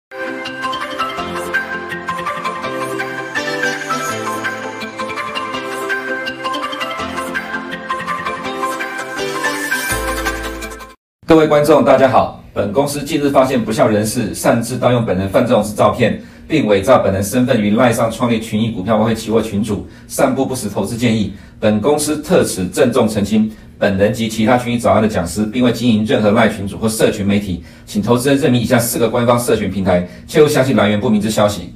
各位观众，大家好。本公司近日发现不肖人士擅自盗用本人范仲式照片，并伪造本人身份于赖上创立群益股票外汇期货群组，散布不实投资建议。本公司特此郑重澄清，本人及其他群益早安的讲师，并未经营任何赖群组或社群媒体，请投资人认明以下4个官方社群平台，切勿相信来源不明之消息。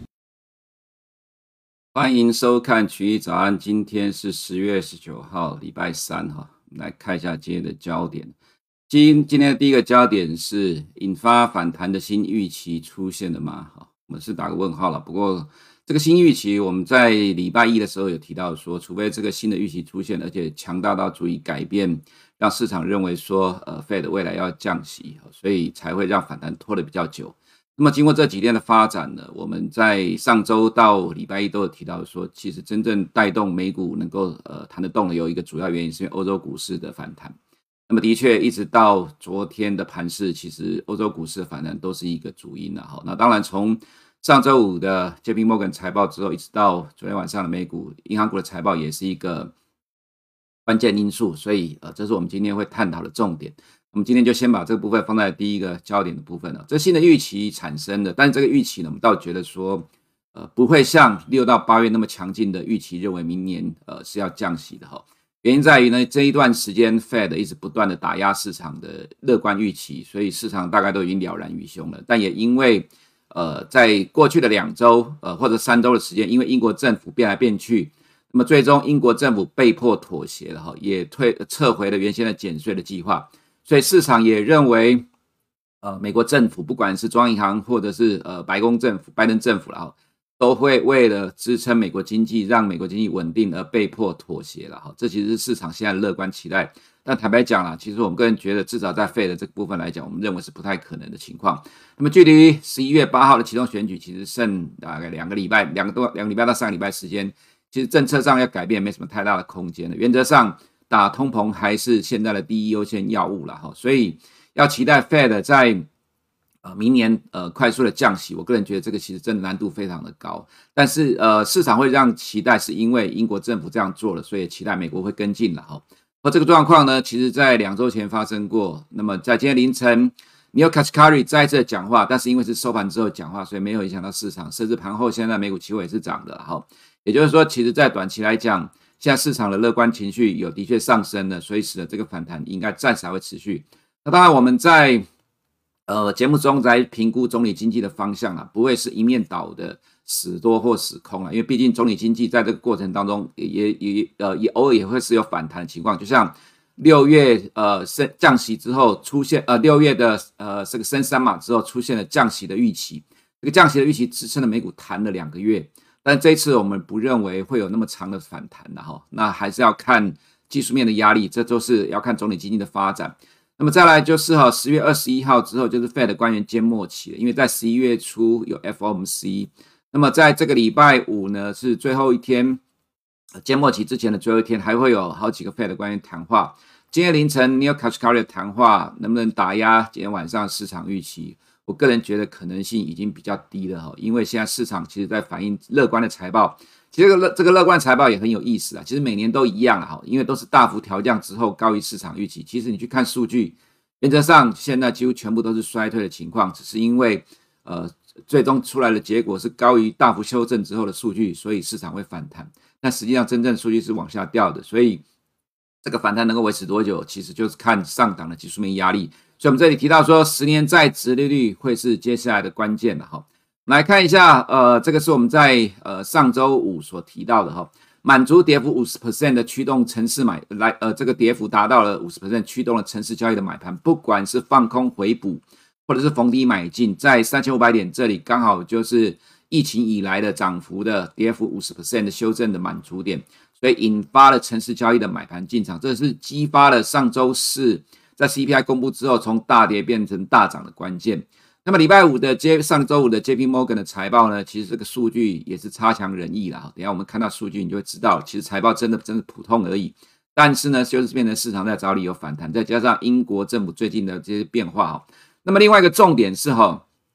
欢迎收看群益早安，今天是10月19号，礼拜三哈，我们来看一下今天的焦点。今天的第一个焦点是引发反弹的新预期出现了吗？我们是打个问号了。不过这个新预期，我们在礼拜一的时候有提到说，除非这个新的预期出现，而且强大到足以改变，让市场认为说Fed 未来要降息，所以才会让反弹拖得比较久。那么经过这几天的发展呢，我们在上周到礼拜一都有提到说，其实真正带动美股能够弹得动的有一个主要原因是因为欧洲股市的反弹。那么的确一直到昨天的盘势，其实欧洲股市的反弹都是一个主因啦。那当然从上周五的 JP Morgan 财报之后，一直到昨天晚上的美股银行股的财报也是一个关键因素，所以这是我们今天会探讨的重点。我们今天就先把这个部分放在第一个焦点的部分了。这新的预期产生的，但是这个预期呢，我们倒觉得说不会像6到8月那么强劲的预期，认为明年是要降息的哈。原因在于呢，这一段时间 Fed 一直不断的打压市场的乐观预期，所以市场大概都已经了然于胸了。但也因为在过去的2周或者3周的时间，因为英国政府变来变去，那么最终英国政府被迫妥协了哈，也撤回了原先的减税的计划，所以市场也认为美国政府不管是中央银行或者是白宫政府、拜登政府了，都会为了支撑美国经济，让美国经济稳定而被迫妥协了。这其实是市场现在的乐观期待。但坦白讲啦，其实我们个人觉得，至少在 Fed 的这个部分来讲，我们认为是不太可能的情况。那么距离11月8号的启动选举，其实剩大概2个礼拜到3个礼拜时间，其实政策上要改变没什么太大的空间了。原则上，打通膨还是现在的第一优先要务了。所以要期待 Fed 在明年快速的降息，我个人觉得这个其实真的难度非常的高，但是市场会让期待是因为英国政府这样做了，所以期待美国会跟进了哈。而这个状况呢，其实在2周前发生过。那么在今天凌晨 Neel Kashkari 再次讲话，但是因为是收盘之后讲话，所以没有影响到市场，甚至盘后现在美股期货也是涨的哈。也就是说，其实在短期来讲，现在市场的乐观情绪有的确上升了，所以使得这个反弹应该暂时还会持续。那当然我们在节目中在评估总体经济的方向啊，不会是一面倒的死多或死空因为毕竟总体经济在这个过程当中也偶尔也会是有反弹的情况，就像6月降息之后出现6月的这个升3码之后出现了降息的预期，这个降息的预期支撑了美股弹了2个月，但这一次我们不认为会有那么长的反弹的哈，那还是要看技术面的压力，这都是要看总体经济的发展。那么再来就是10月21号之后就是 Fed 官员缄默期了，因为在11月初有 FOMC， 那么在这个礼拜五呢是最后一天，缄默期之前的最后一天，还会有好几个 Fed 官员谈话。今天凌晨 Neel Kashkari 的谈话能不能打压今天晚上市场预期？我个人觉得可能性已经比较低了因为现在市场其实在反映乐观的财报。其实这个乐观财报也很有意思其实每年都一样因为都是大幅调降之后高于市场预期。其实你去看数据，原则上现在几乎全部都是衰退的情况，只是因为最终出来的结果是高于大幅修正之后的数据，所以市场会反弹。但实际上真正数据是往下掉的，所以这个反弹能够维持多久，其实就是看上档的技术面压力。所以我们这里提到说10年债殖利率会是接下来的关键了我们来看一下这个是我们在上周五所提到的满足跌幅 50% 的驱动城市这个跌幅达到了 50% 驱动了城市交易的买盘，不管是放空回补或者是逢低买进，在3500点这里刚好就是疫情以来的涨幅的跌幅 50% 的修正的满足点，所以引发了城市交易的买盘进场，这是激发了上周四在 CPI 公布之后从大跌变成大涨的关键。那么礼拜五的上周五的 JP Morgan 的财报呢，其实这个数据也是差强人意啦。等一下我们看到数据你就会知道，其实财报真的普通而已。但是呢，就是变成市场在找理由反弹，再加上英国政府最近的这些变化那么另外一个重点是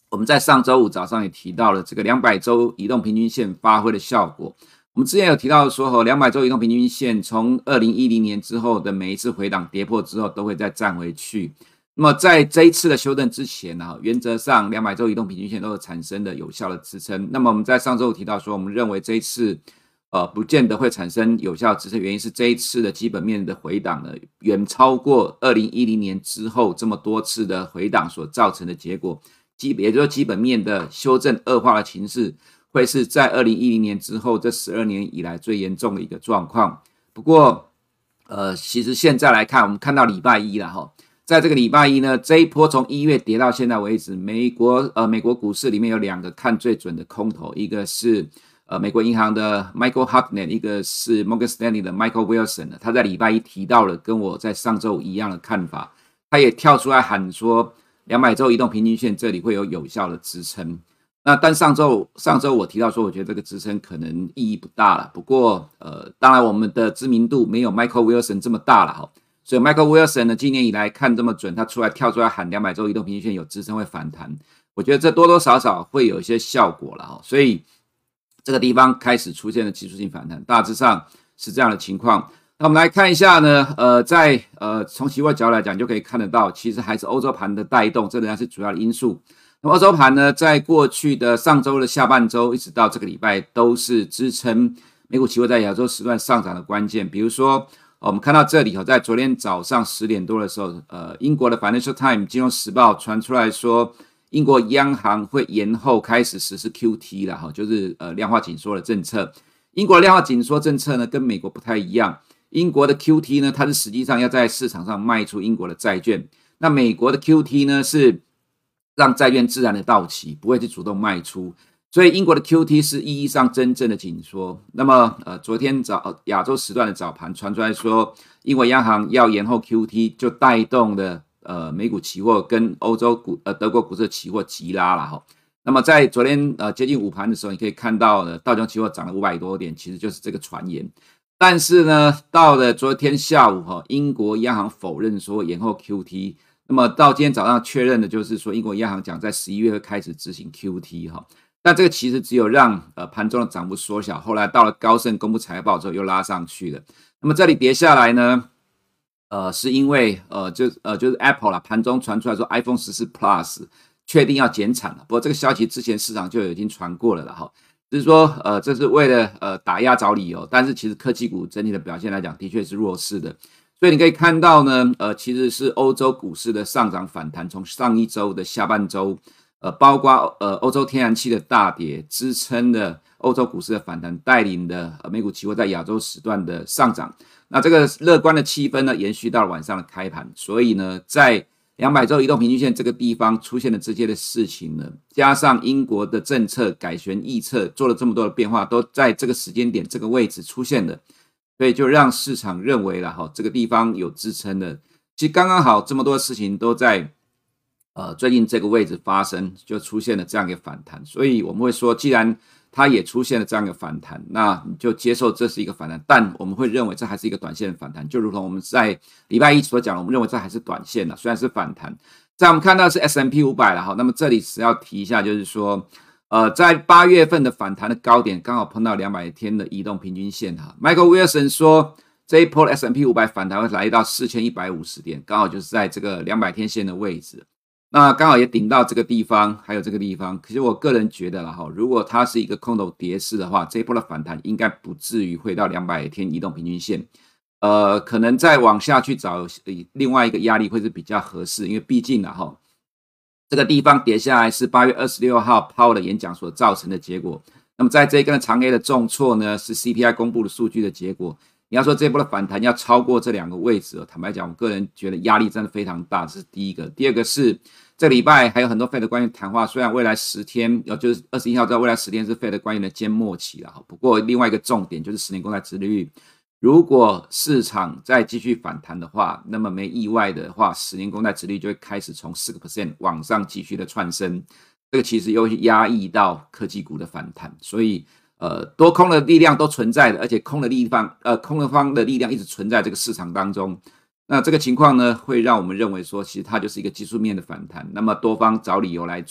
我们在上周五早上也提到了这个200周移动平均线发挥的效果。我们之前有提到说200周移动平均线从2010年之后的每一次回档跌破之后都会再站回去。那么在这一次的修正之前呢，原则上200周移动平均线都有产生的有效的支撑。那么我们在上周五提到说，我们认为这一次不见得会产生有效支撑，原因是这一次的基本面的回档呢，远超过2010年之后这么多次的回档所造成的结果。也就是说，基本面的修正恶化的情势，会是在2010年之后这12年以来最严重的一个状况。不过，其实现在来看，我们看到礼拜一了哈，在这个礼拜一呢，这一波从1月跌到现在为止，美国股市里面有2个看最准的空头，一个是美国银行的 Michael Hartnett， 一个是 Morgan Stanley 的 Michael Wilson。他在礼拜一提到了跟我在上周一样的看法，他也跳出来喊说200周移动平均线这里会有效的支撑。那但上周我提到说，我觉得这个支撑可能意义不大了。不过当然我们的知名度没有 Michael Wilson 这么大了哈，所以 Michael Wilson 呢今年以来看这么准，他跳出来喊200周移动平均线有支撑会反弹，我觉得这多多少少会有一些效果了哈。所以这个地方开始出现了技术性反弹，大致上是这样的情况。那我们来看一下呢，从期货角度来讲，就可以看得到，其实还是欧洲盘的带动，这仍然是主要的因素。那么欧洲盘呢，在过去的上周的下半周，一直到这个礼拜，都是支撑美股期货在亚洲时段上涨的关键。比如说，我们看到这里在昨天早上10点多的时候，英国的 Financial Times 金融时报传出来说，英国央行会延后开始实施 QT 啦，就是量化紧缩的政策。英国的量化紧缩政策呢，跟美国不太一样。英国的 QT 呢，它是实际上要在市场上卖出英国的债券，那美国的 QT 呢是让债券自然的到期，不会去主动卖出，所以英国的 QT 是意义上真正的紧缩。那么昨天亚洲时段的早盘传出来说，英国央行要延后 QT， 就带动了美股期货跟德国股市期货急拉了哈。那么在昨天接近午盘的时候，你可以看到道琼期货涨了500多点，其实就是这个传言。但是呢，到了昨天下午英国央行否认说延后 QT， 那么到今天早上确认的就是说英国央行讲在11月会开始执行 QT 但这个其实只有让盘中的涨幅缩小，后来到了高盛公布财报之后又拉上去了。那么这里跌下来呢，是因为就是 Apple 啦，盘中传出来说 iPhone 14 Plus 确定要减产了，不过这个消息之前市场就已经传过了啦就是说，这是为了打压找理由，但是其实科技股整体的表现来讲，的确是弱势的。所以你可以看到呢，其实是欧洲股市的上涨反弹，从上一周的下半周，包括欧洲天然气的大跌，支撑了欧洲股市的反弹，带领的美股期货在亚洲时段的上涨。那这个乐观的气氛呢，延续到了晚上的开盘，所以呢，在200周移动平均线这个地方出现了这些的事情呢，加上英国的政策改弦易辙，做了这么多的变化，都在这个时间点、这个位置出现了，所以就让市场认为了这个地方有支撑的。其实刚刚好，这么多事情都在最近这个位置发生，就出现了这样一个反弹。所以我们会说，既然它也出现了这样一个反弹，那你就接受这是一个反弹，但我们会认为这还是一个短线的反弹，就如同我们在礼拜一所讲的，我们认为这还是短线的，虽然是反弹。在我们看到是 S&P 500了那么这里只要提一下，就是说在8月份的反弹的高点刚好碰到200天的移动平均线Michael Wilson 说这一波 S&P 500反弹会来到4150点，刚好就是在这个200天线的位置。那刚好也顶到这个地方，还有这个地方。可是我个人觉得啦如果它是一个空头跌势的话，这一波的反弹应该不至于会到200天移动平均线。可能再往下去找另外一个压力会是比较合适，因为毕竟这个地方跌下来是8月26号 Powell 的演讲所造成的结果。那么在这一根长 A 的重挫呢，是 CPI 公布的数据的结果。你要说这波的反弹要超过这2个位置坦白讲，我个人觉得压力真的非常大，这是第一个。第二个是这礼拜还有很多 Fed 官员谈话，虽然未来10天，就是21号到未来10天是 Fed 官员的缄默期了不过另外一个重点就是10年公债殖利率，如果市场再继续反弹的话，那么没意外的话，10年公债殖利率就会开始从 4% 往上继续的窜升，这个其实又压抑到科技股的反弹，所以多空的力量都存在的，而且空的方的力量一直存在这个市场当中。那这个情况呢，会让我们认为说，其实它就是一个技术面的反弹。那么多方找理由来做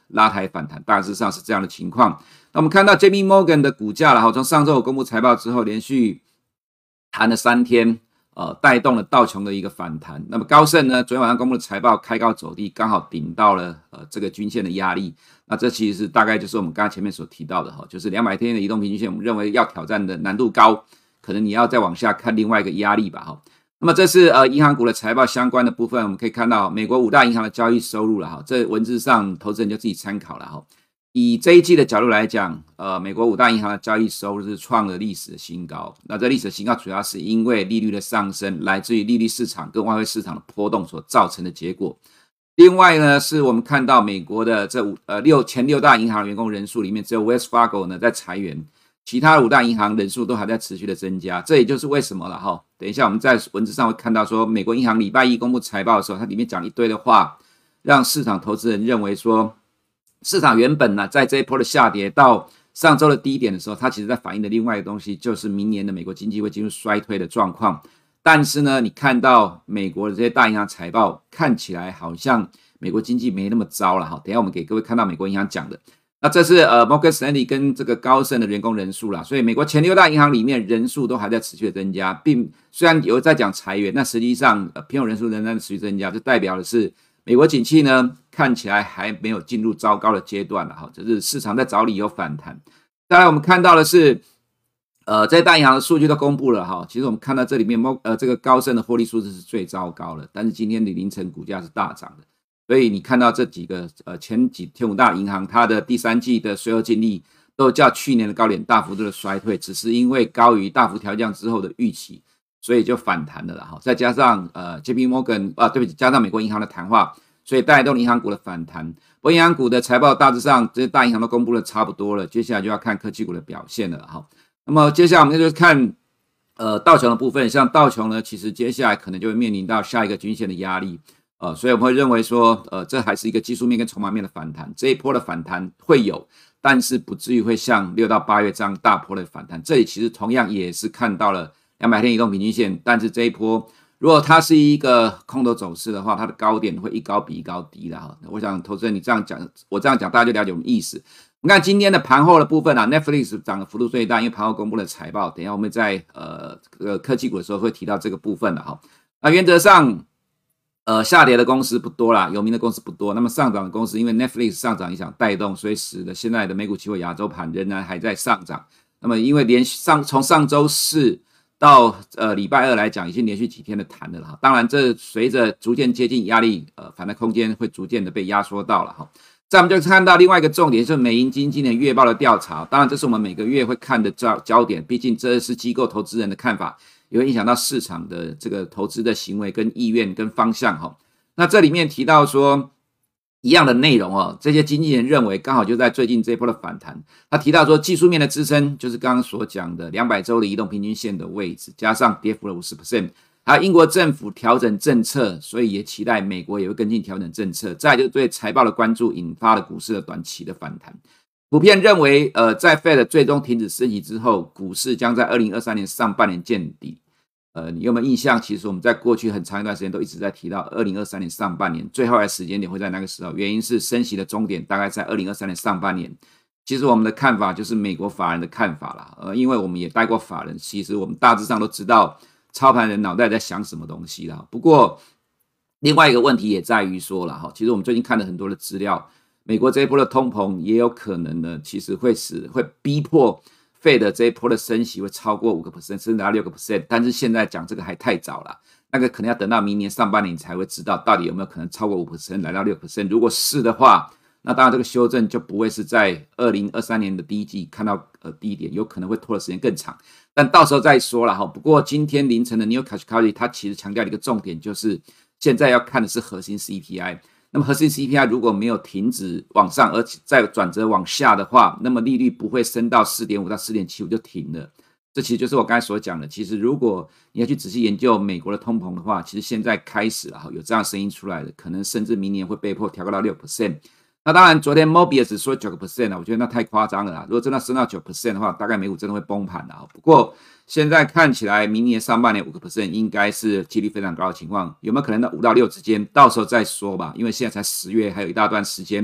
拉抬反弹，大致上是这样的情况。那我们看到 JP Morgan 的股价了，从上周公布财报之后，连续弹了3天，带动了道琼的一个反弹。那么高盛呢，昨天晚上公布的财报开高走低，刚好顶到了这个均线的压力。那这其实是大概就是我们刚才前面所提到的哈，就是200天的移动平均线，我们认为要挑战的难度高，可能你要再往下看另外一个压力吧哈。那么这是银行股的财报相关的部分，我们可以看到美国5大银行的交易收入了哈，这文字上投资人就自己参考了哈。以这一季的角度来讲，美国5大银行的交易收入是创了历史的新高。那这历史的新高主要是因为利率的上升，来自于利率市场跟外汇市场的波动所造成的结果。另外呢，是我们看到美国的这前6大银行员工人数里面，只有 Wells Fargo 呢在裁员，其他5大银行人数都还在持续的增加。这也就是为什么了哈。等一下我们在文字上会看到说，美国银行礼拜一公布财报的时候，它里面讲一堆的话，让市场投资人认为说，市场原本呢在这一波的下跌到上周的低点的时候，它其实在反映的另外一个东西，就是明年的美国经济会进入衰退的状况。但是呢，你看到美国的这些大银行财报，看起来好像美国经济没那么糟了哈。等一下我们给各位看到美国银行讲的。那这是Morgan Stanley 跟这个高盛的员工人数啦，所以美国前6大银行里面人数都还在持续的增加，并虽然有在讲裁员，那实际上聘用人数仍然持续增加，这代表的是美国景气呢看起来还没有进入糟糕的阶段了哈，就是市场在找理由反弹。再来我们看到的是这些大银行的数据都公布了哈，其实我们看到这里面这个高盛的获利数字是最糟糕的，但是今天的凌晨股价是大涨的。所以你看到这几个前5大银行，它的第3季的税后净利都较去年的高点大幅度的衰退，只是因为高于大幅调降之后的预期，所以就反弹了哈。再加上JP Morgan 对不起，加上美国银行的谈话，所以带动银行股的反弹。不过银行股的财报大致上这些大银行都公布的差不多了，接下来就要看科技股的表现了哈。那么接下来我们就看道琼的部分，像道琼呢，其实接下来可能就会面临到下一个均线的压力。所以我们会认为说，这还是一个技术面跟筹码面的反弹，这一波的反弹会有，但是不至于会像6到8月这样大波的反弹。这里其实同样也是看到了200天移动平均线，但是这一波如果它是一个空头走势的话，它的高点会一高比一高低的哈。我想投资人你这样讲，我这样讲，大家就了解我们意思。我们看今天的盘后的部分啊 ，Netflix 涨的幅度最大，因为盘后公布了财报，等一下我们在科技股的时候会提到这个部分的哈。那原则上。下跌的公司不多啦，有名的公司不多。那么上涨的公司，因为 Netflix 上涨影响带动，所以使得现在的美股期货亚洲盘仍然还在上涨。那么因为从上周4到礼拜2来讲，已经连续几天的弹了哈。当然，这随着逐渐接近压力，反弹空间会逐渐的被压缩到了哈。再我们就看到另外一个重点，就是美银今年月报的调查。当然，这是我们每个月会看的焦点，毕竟这是机构投资人的看法。也会影响到市场的这个投资的行为跟意愿跟方向哈。那这里面提到说一样的内容哦，这些经纪人认为刚好就在最近这一波的反弹。他提到说技术面的支撑就是刚刚所讲的200周的移动平均线的位置，加上跌幅了 50%， 还有英国政府调整政策，所以也期待美国也会跟进调整政策。再来就是对财报的关注引发了股市的短期的反弹。普遍认为在 Fed 最终停止升息之后，股市将在2023年上半年见底。你有没有印象？其实我们在过去很长一段时间都一直在提到2023年上半年最后的时间点会在那个时候，原因是升息的终点大概在2023年上半年。其实我们的看法就是美国法人的看法啦，因为我们也带过法人，其实我们大致上都知道操盘人脑袋在想什么东西啦。不过另外一个问题也在于说啦，其实我们最近看了很多的资料，美国这一波的通膨也有可能呢，其实会逼迫Fed 这一波的升息会超过 5%， 甚至达到 6%， 但是现在讲这个还太早了，那个可能要等到明年上半年才会知道到底有没有可能超过 5% 来到 6%。 如果是的话，那当然这个修正就不会是在2023年的第一季看到低点，有可能会拖的时间更长，但到时候再说了。不过今天凌晨的 New Kashkari 他其实强调的一个重点就是现在要看的是核心 CPI，那么核心 CPI 如果没有停止往上，而且再转折往下的话，那么利率不会升到 4.5 到 4.75 就停了。这其实就是我刚才所讲的，其实如果你要去仔细研究美国的通膨的话，其实现在开始了有这样的声音出来的，可能甚至明年会被迫调高到 6%。那当然昨天 Mobius 说 9% 我觉得那太夸张了啦，如果真的升到 9% 的话，大概美股真的会崩盘啦。不过现在看起来明年上半年 5% 应该是几率非常高的情况，有没有可能到5到6之间，到时候再说吧，因为现在才10月，还有一大段时间。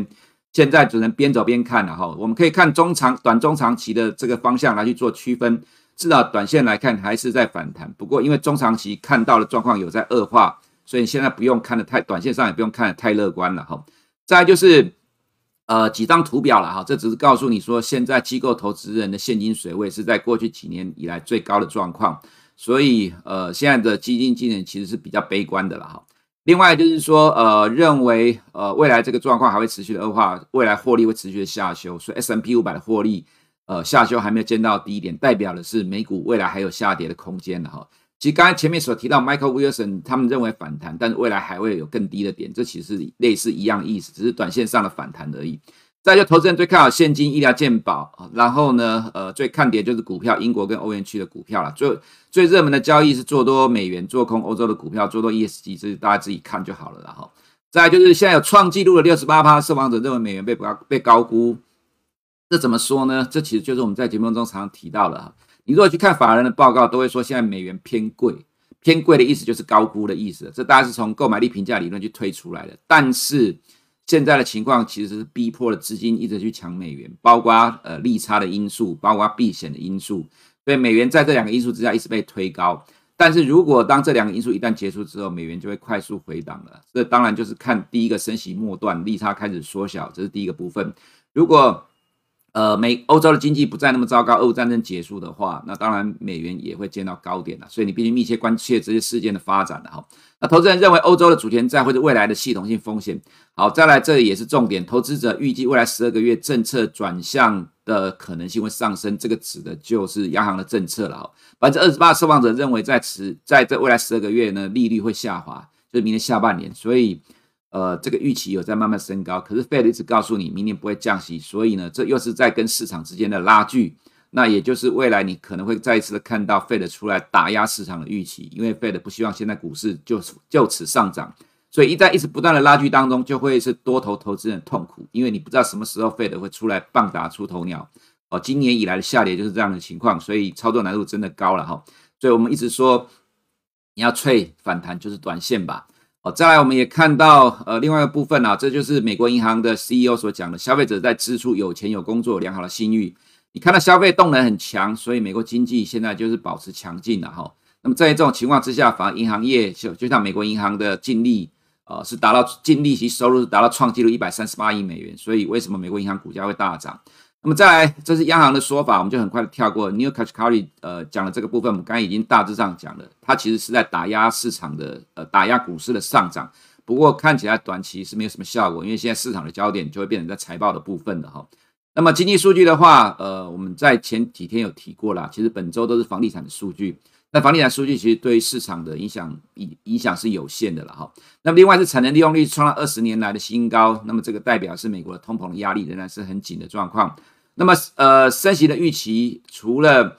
现在只能边走边看了哈。我们可以看短中长期的这个方向来去做区分，至少短线来看还是在反弹。不过因为中长期看到的状况有在恶化，所以现在不用看得太短线上也不用看得太乐观了哈。再来就是几张图表了哈，这只是告诉你说现在机构投资人的现金水位是在过去几年以来最高的状况，所以现在的基金经理人其实是比较悲观的了哈。另外就是说认为未来这个状况还会持续的恶化，未来获利会持续的下修，所以 S&P 500的获利下修还没有见到低点，代表的是美股未来还有下跌的空间的哈。其实刚才前面所提到 Michael Wilson 他们认为反弹，但是未来还会有更低的点，这其实是类似一样的意思，只是短线上的反弹而已。再就投资人最看好现金、医疗健保，然后呢最看跌就是股票，英国跟欧元区的股票啦。最热门的交易是做多美元，做空欧洲的股票，做多 ESG， 这是大家自己看就好了啦。再来就是现在有创纪录的 68% 受访者认为美元被高估，这怎么说呢？这其实就是我们在节目中常常提到的。你如果去看法人的报告，都会说现在美元偏贵，偏贵的意思就是高估的意思，这大概是从购买力评价理论去推出来的。但是现在的情况其实是逼迫了资金一直去抢美元，包括利差的因素，包括避险的因素，所以美元在这两个因素之下一直被推高。但是如果当这两个因素一旦结束之后，美元就会快速回档了。这当然就是看第一个升息末段，利差开始缩小，这是第一个部分。如果欧洲的经济不再那么糟糕，俄乌战争结束的话，那当然美元也会见到高点了，所以你必须密切关切这些事件的发展了哈。那投资人认为欧洲的主权债会是未来的系统性风险。好，再来这里也是重点，投资者预计未来12个月政策转向的可能性会上升，这个指的就是央行的政策了哈。28%受访者认为在这未来12个月呢，利率会下滑，就是明年下半年，所以这个预期有在慢慢升高，可是 Fed 一直告诉你明年不会降息，所以呢，这又是在跟市场之间的拉锯。那也就是未来你可能会再一次的看到 Fed 出来打压市场的预期，因为 Fed 不希望现在股市就此上涨，所以在一直不断的拉锯当中，就会是多头投资人的痛苦，因为你不知道什么时候 Fed 会出来棒打出头鸟。今年以来的下跌就是这样的情况，所以操作难度真的高了哈。所以我们一直说你要trade反弹就是短线吧。再来我们也看到另外一个部分这就是美国银行的 CEO 所讲的，消费者在支出，有钱有工作，良好的信誉。你看到消费动能很强，所以美国经济现在就是保持强劲了哈。那么在这种情况之下，反而银行业就像美国银行的净利是达到净利息收入是达到创纪录138亿美元，所以为什么美国银行股价会大涨？那么再来，这是央行的说法，我们就很快的跳过。Neil Kashkari 讲的这个部分，我们刚才已经大致上讲了，它其实是在打压市场的打压股市的上涨。不过看起来短期是没有什么效果，因为现在市场的焦点就会变成在财报的部分了哈。那么经济数据的话，我们在前几天有提过啦，其实本周都是房地产的数据。那房地产数据其实对于市场的影响是有限的了哈。那么另外是产能利用率创了20年来的新高，那么这个代表是美国的通膨的压力仍然是很紧的状况。那么升息的预期除了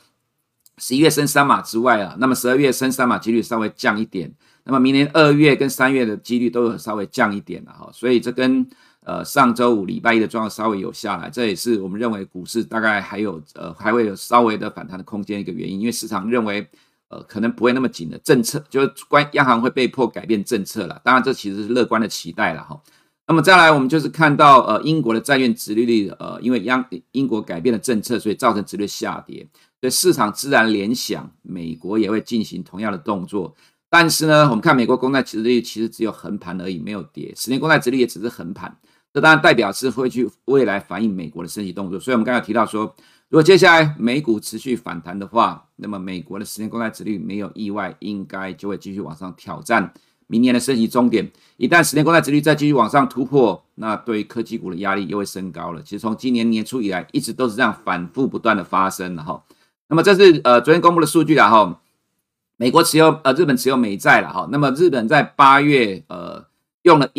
11月升3码之外那么12月升3码几率稍微降一点，那么明年2月跟3月的几率都有稍微降一点了哈。所以这跟上周五礼拜一的状况稍微有下来，这也是我们认为股市大概还会有稍微的反弹的空间一个原因，因为市场认为可能不会那么紧的政策，就是央行会被迫改变政策了。当然这其实是乐观的期待了哈。那么再来我们就是看到英国的债券殖利率因为英国改变了政策，所以造成殖利率下跌，所以市场自然联想美国也会进行同样的动作。但是呢，我们看美国公债殖利率其实只有横盘而已，没有跌，10年公债殖利率也只是横盘，这当然代表是会去未来反映美国的升息动作。所以我们刚才提到说，如果接下来美股持续反弹的话，那么美国的10年公债殖利率没有意外应该就会继续往上挑战明年的升息终点。一旦10年公债殖利率再继续往上突破，那对于科技股的压力又会升高了。其实从今年年初以来一直都是这样反复不断的发生了哈。那么这是昨天公布的数据啦哈，美国日本持有美债了哈。那么日本在8月用了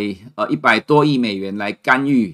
100多亿美元来干预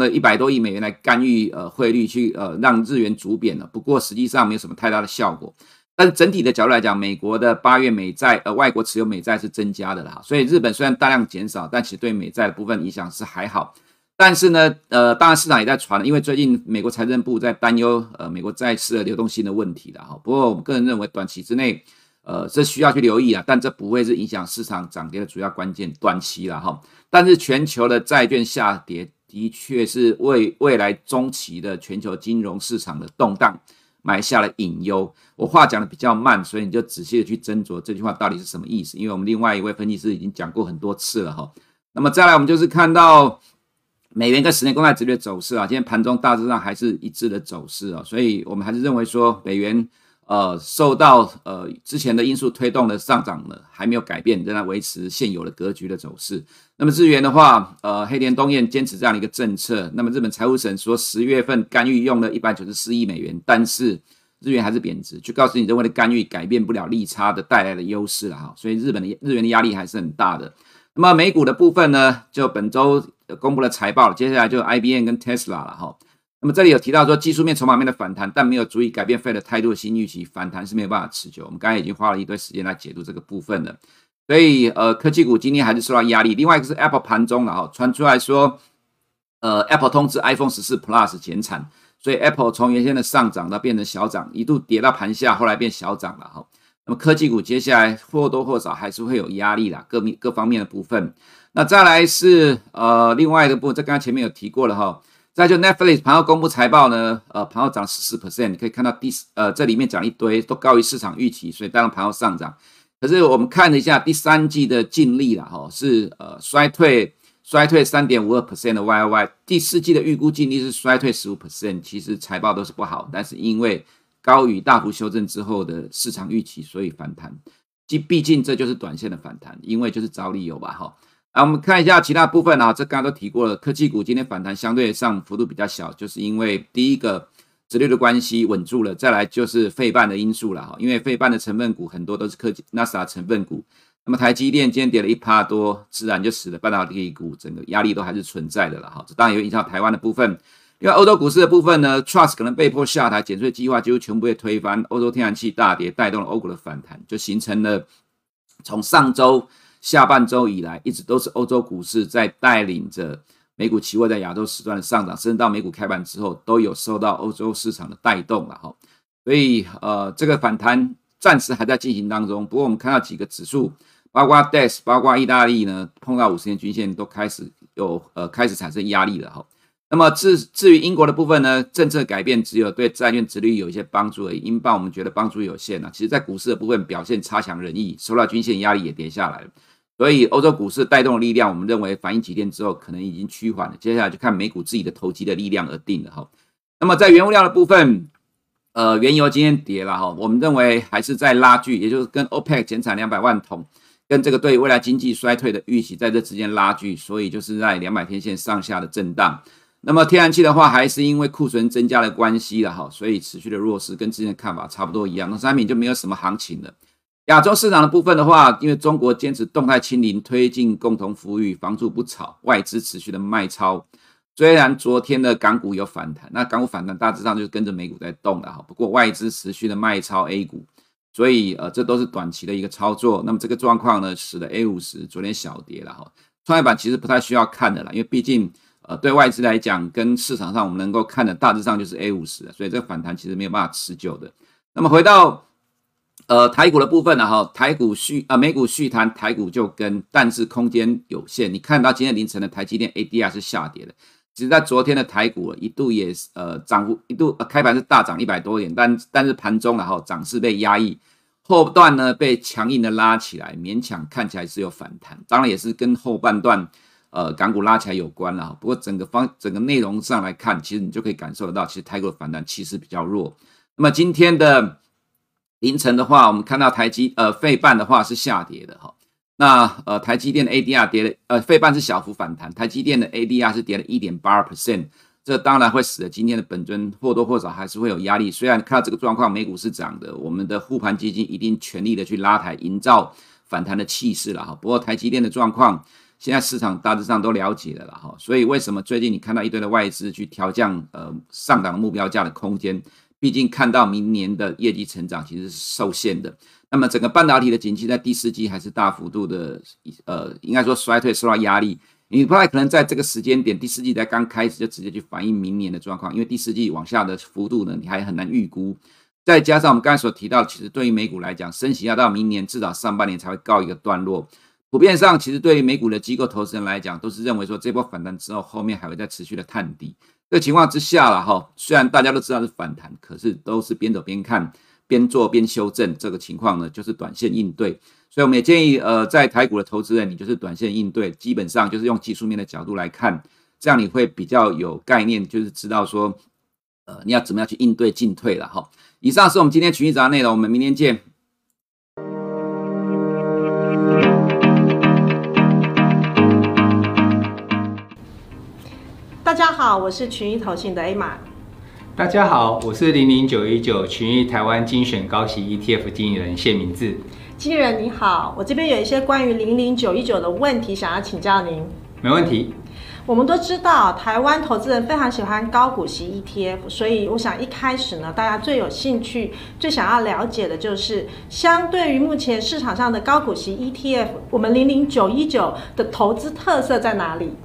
汇率去让日元逐贬了。不过实际上没有什么太大的效果。但是整体的角度来讲，美国的8月美债外国持有美债是增加的啦，所以日本虽然大量减少，但其实对美债的部分影响是还好。但是呢当然市场也在传，因为最近美国财政部在担忧美国债市的流动性的问题啦。不过我们个人认为短期之内这需要去留意啦，但这不会是影响市场涨跌的主要关键，短期啦哈。但是全球的债券下跌的确是为未来中期的全球金融市场的动荡埋下了隐忧。我话讲的比较慢，所以你就仔细的去斟酌这句话到底是什么意思，因为我们另外一位分析师已经讲过很多次了哈。那么再来，我们就是看到美元跟10年公债殖利率的走势啊，今天盘中大致上还是一致的走势啊，所以我们还是认为说美元受到之前的因素推动的上涨呢，还没有改变，仍然维持现有的格局的走势。那么日元的话，黑田东彦坚持这样的一个政策。那么日本财务省说10月份干预用了194亿美元，但是日元还是贬值，就告诉你认为的干预改变不了利差的带来的优势了哈。所以日元的压力还是很大的。那么美股的部分呢，就本周公布了财报，接下来就 IBM 跟 Tesla 了哈。那么这里有提到说技术面筹码面的反弹，但没有足以改变 Fed 的态度的新预期，反弹是没有办法持久。我们刚才已经花了一堆时间来解读这个部分了。所以科技股今天还是受到压力。另外一个是 Apple 盘中了哈，传出来说Apple 通知 iPhone 14 Plus 减产，所以 Apple 从原先的上涨到变成小涨，一度跌到盘下，后来变小涨了哈。那么科技股接下来或多或少还是会有压力啦，各方面的部分。那再来是另外一个部分，这刚才前面有提过了哈。再就 Netflix 盘后公布财报呢，盘后涨 14%， 你可以看到这里面讲一堆都高于市场预期，所以当然盘后上涨。可是我们看了一下第三季的净利啦，是衰退 3.52% 的 YOY， 第四季的预估净利是衰退 15%， 其实财报都是不好，但是因为高于大幅修正之后的市场预期，所以反弹。毕竟这就是短线的反弹，因为就是找理由吧哈。我们看一下其他部分啊，这刚刚都提过了，科技股今天反弹相对上幅度比较小，就是因为第一个殖利率的关系稳住了，再来就是费半的因素了哈，因为费半的成分股很多都是科技 NASA 成分股，那么台积电今天跌了1%多，自然就使得半导体股整个压力都还是存在的了哈，这当然有影响台湾的部分。另外欧洲股市的部分呢 ，Trust 可能被迫下台，减税计划几乎全部被推翻，欧洲天然气大跌，带动了欧股的反弹，就形成了从上周下半周以来，一直都是欧洲股市在带领着美股期货在亚洲时段的上涨，甚至到美股开盘之后，都有受到欧洲市场的带动了哈。所以这个反弹暂时还在进行当中。不过我们看到几个指数，包括 DAX， 包括意大利呢，碰到50天均线都开始产生压力了哈。那么至于英国的部分呢，政策改变只有对债券殖利率有一些帮助而已，英镑我们觉得帮助有限啊。其实在股市的部分表现差强人意，受到均线压力也跌下来了。所以欧洲股市带动的力量，我们认为反映几天之后可能已经趋缓了，接下来就看美股自己的投机的力量而定了哈。那么在原物料的部分，原油今天跌了哈，我们认为还是在拉锯，也就是跟 OPEC 减产200万桶，跟这个对未来经济衰退的预期在这之间拉锯，所以就是在200天线上下的震荡。那么天然气的话，还是因为库存增加的关系了哈，所以持续的弱势，跟之前的看法差不多一样。那商品就没有什么行情了。亚洲市场的部分的话，因为中国坚持动态清零，推进共同富裕，房住不炒，外资持续的卖超。虽然昨天的港股有反弹，那港股反弹大致上就是跟着美股在动的哈，不过外资持续的卖超 A 股，所以这都是短期的一个操作。那么这个状况呢，使得 A50 昨天小跌了哈。创业板其实不太需要看的啦，因为毕竟对外资来讲，跟市场上我们能够看的大致上就是 A50 所以这个反弹其实没有办法持久的。那么回到台股的部分呢，美股续弹，台股就跟，但是空间有限。你看到今天凌晨的台积电 ADR 是下跌的，其实在昨天的台股一度也涨幅一度开盘是大涨100多点，但是盘中然后涨势被压抑，后段呢被强硬的拉起来，勉强看起来是有反弹，当然也是跟后半段港股拉起来有关啦。不过整个内容上来看，其实你就可以感受得到，其实台股的反弹气势比较弱。那么今天的凌晨的话，我们看到费半的话是下跌的哈。那台积电的 ADR 跌了，费半是小幅反弹，台积电的 ADR 是跌了 1.82%， 这当然会使得今天的本尊或多或少还是会有压力。虽然看到这个状况，美股是涨的，我们的护盘基金一定全力的去拉抬，营造反弹的气势了哈。不过台积电的状况，现在市场大致上都了解了啦哈。所以为什么最近你看到一堆的外资去调降上档的目标价的空间？毕竟看到明年的业绩成长其实是受限的，那么整个半导体的景气在第四季还是大幅度的应该说衰退，受到压力。你不太可能在这个时间点第四季才刚开始就直接去反映明年的状况，因为第四季往下的幅度呢，你还很难预估。再加上我们刚才所提到，其实对于美股来讲，升息要到明年至少上半年才会告一个段落。 普遍上其实对于美股的机构投资人来讲，都是认为说这波反弹之后，后面还会再持续的探底。这个情况之下啦，虽然大家都知道是反弹，可是都是边走边看，边做边修正。这个情况呢，就是短线应对。所以我们也建议在台股的投资人，你就是短线应对，基本上就是用技术面的角度来看，这样你会比较有概念，就是知道说你要怎么样去应对进退啦。以上是我们今天群益早安内容，我们明天见。 大家好，我是群益投信的 Emma。 大家好，我是00919群益台湾精选高息 ETF 经理人谢明志。 经理人你好，我这边有一些关于00919的问题想要请教您。 没问题。 我们都知道台湾投资人非常喜欢高股息 ETF， 所以我想一开始呢，大家最有兴趣、最想要了解的就是相对于目前市场上的高股息 ETF， 我们00919的投资特色在哪里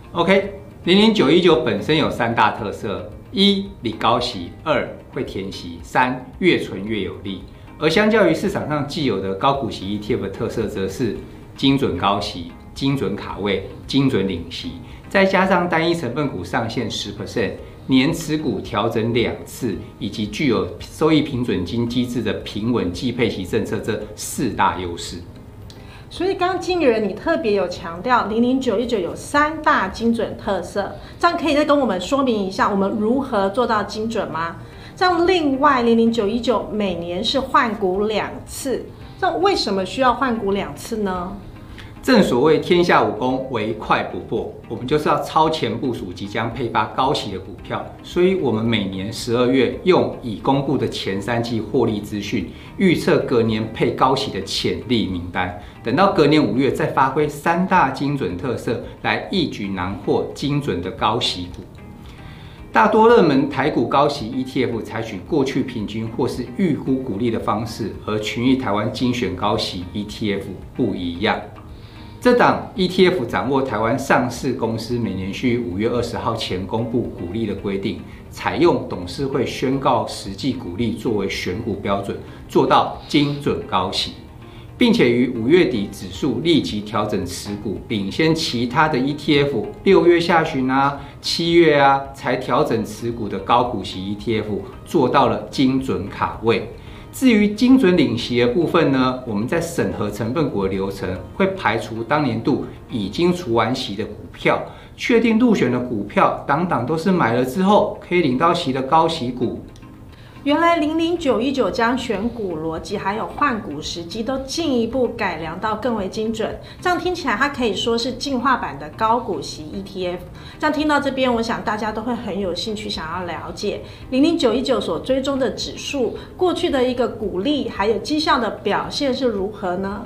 OK，00919本身有3大特色：一、领高息；二、会填息；三、越存越有利。而相较于市场上既有的高股息 ETF 的特色，则是精准高息、精准卡位、精准领息，再加上单一成分股上限 10%， 年持股调整2次，以及具有收益平准金机制的平稳季配息政策这4大优势。 所以刚刚经理人你特别有强调00919有3大精准特色，这样可以再跟我们说明一下我们如何做到精准吗？这样另外00919每年是换股2次，这样为什么需要换股2次呢？ 正所谓天下武功，唯快不破。我们就是要超前部署即将配发高息的股票，所以我们每年12月用已公布的前3季获利资讯，预测隔年配高息的潜力名单。等到隔年5月，再发挥3大精准特色，来一举囊获精准的高息股。大多热门台股高息 ETF 采取过去平均或是预估股利的方式，而群益台湾精选高息 ETF 不一样。这档 ETF 掌握台湾上市公司每年需5月20号前公布股利的规定，采用董事会宣告实际股利作为选股标准，做到精准高息，并且于5月底指数立即调整持股，领先其他的 ETF 6月下旬7月才调整持股的高股息 ETF 做到了精准卡位。至于精准领息的部分呢，我们在审核成分股的流程会排除当年度已经除完息的股票，确定入选的股票档档都是买了之后可以领到息的高息股。 原来00919将选股逻辑还有换股时机都进一步改良到更为精准，这样听起来它可以说是进化版的高股息 ETF。 这样听到这边，我想大家都会很有兴趣想要了解00919所追踪的指数过去的一个股利还有绩效的表现是如何呢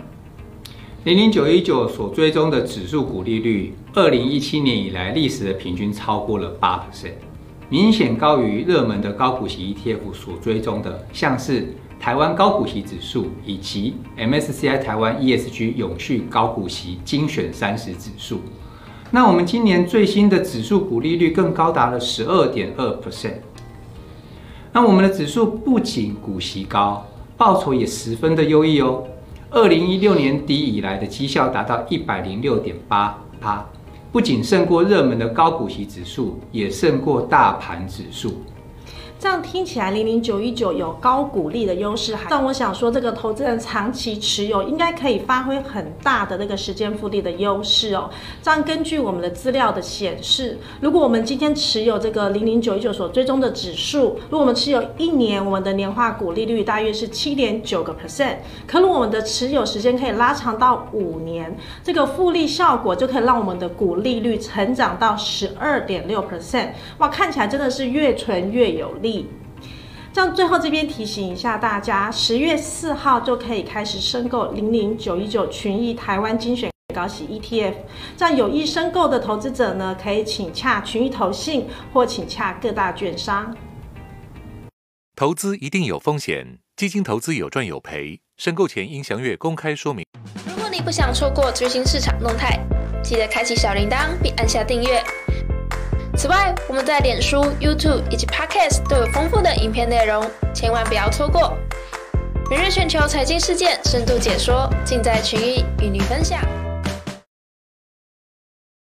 ？00919所追踪的指数股利率，2017年以来历史的平均超过了 8%，明显高于热门的高股息 ETF 所追踪的，像是台湾高股息指数以及 MSCI 台湾 ESG 永续高股息精选30指数。那我们今年最新的指数股利率更高达了 12.2%。那我们的指数不仅股息高，报酬也十分的优异哦。2016年底以来的绩效达到 106.8%。不仅胜过热门的高股息指数，也胜过大盘指数。 这样听起来00919有高股利的优势，但我想说这个投资人长期持有应该可以发挥很大的那个时间复利的优势哦。这样根据我们的资料的显示，如果我们今天持有这个00919所追踪的指数，如果我们持有1年，我们的年化股利率大约是 7.9%， 可如果我们的持有时间可以拉长到5年，这个复利效果就可以让我们的股利率成长到 12.6%。 哇，看起来真的是越存越有利。这样最后这边提醒一下大家，10月4号就可以开始申购00919群益台湾精选高息 ETF。 这样有意申购的投资者呢，可以请洽群益投信或请洽各大券商。 投资一定有风险，基金投资有赚有赔，申购前应详阅公开说明。 如果你不想错过最新市场动态，记得开启小铃铛并按下订阅。此外，我们在脸书、YouTube 以及 Podcast 都有丰富的影片内容，千万不要错过。每日全球财经事件深度解说，尽在群益与你分享。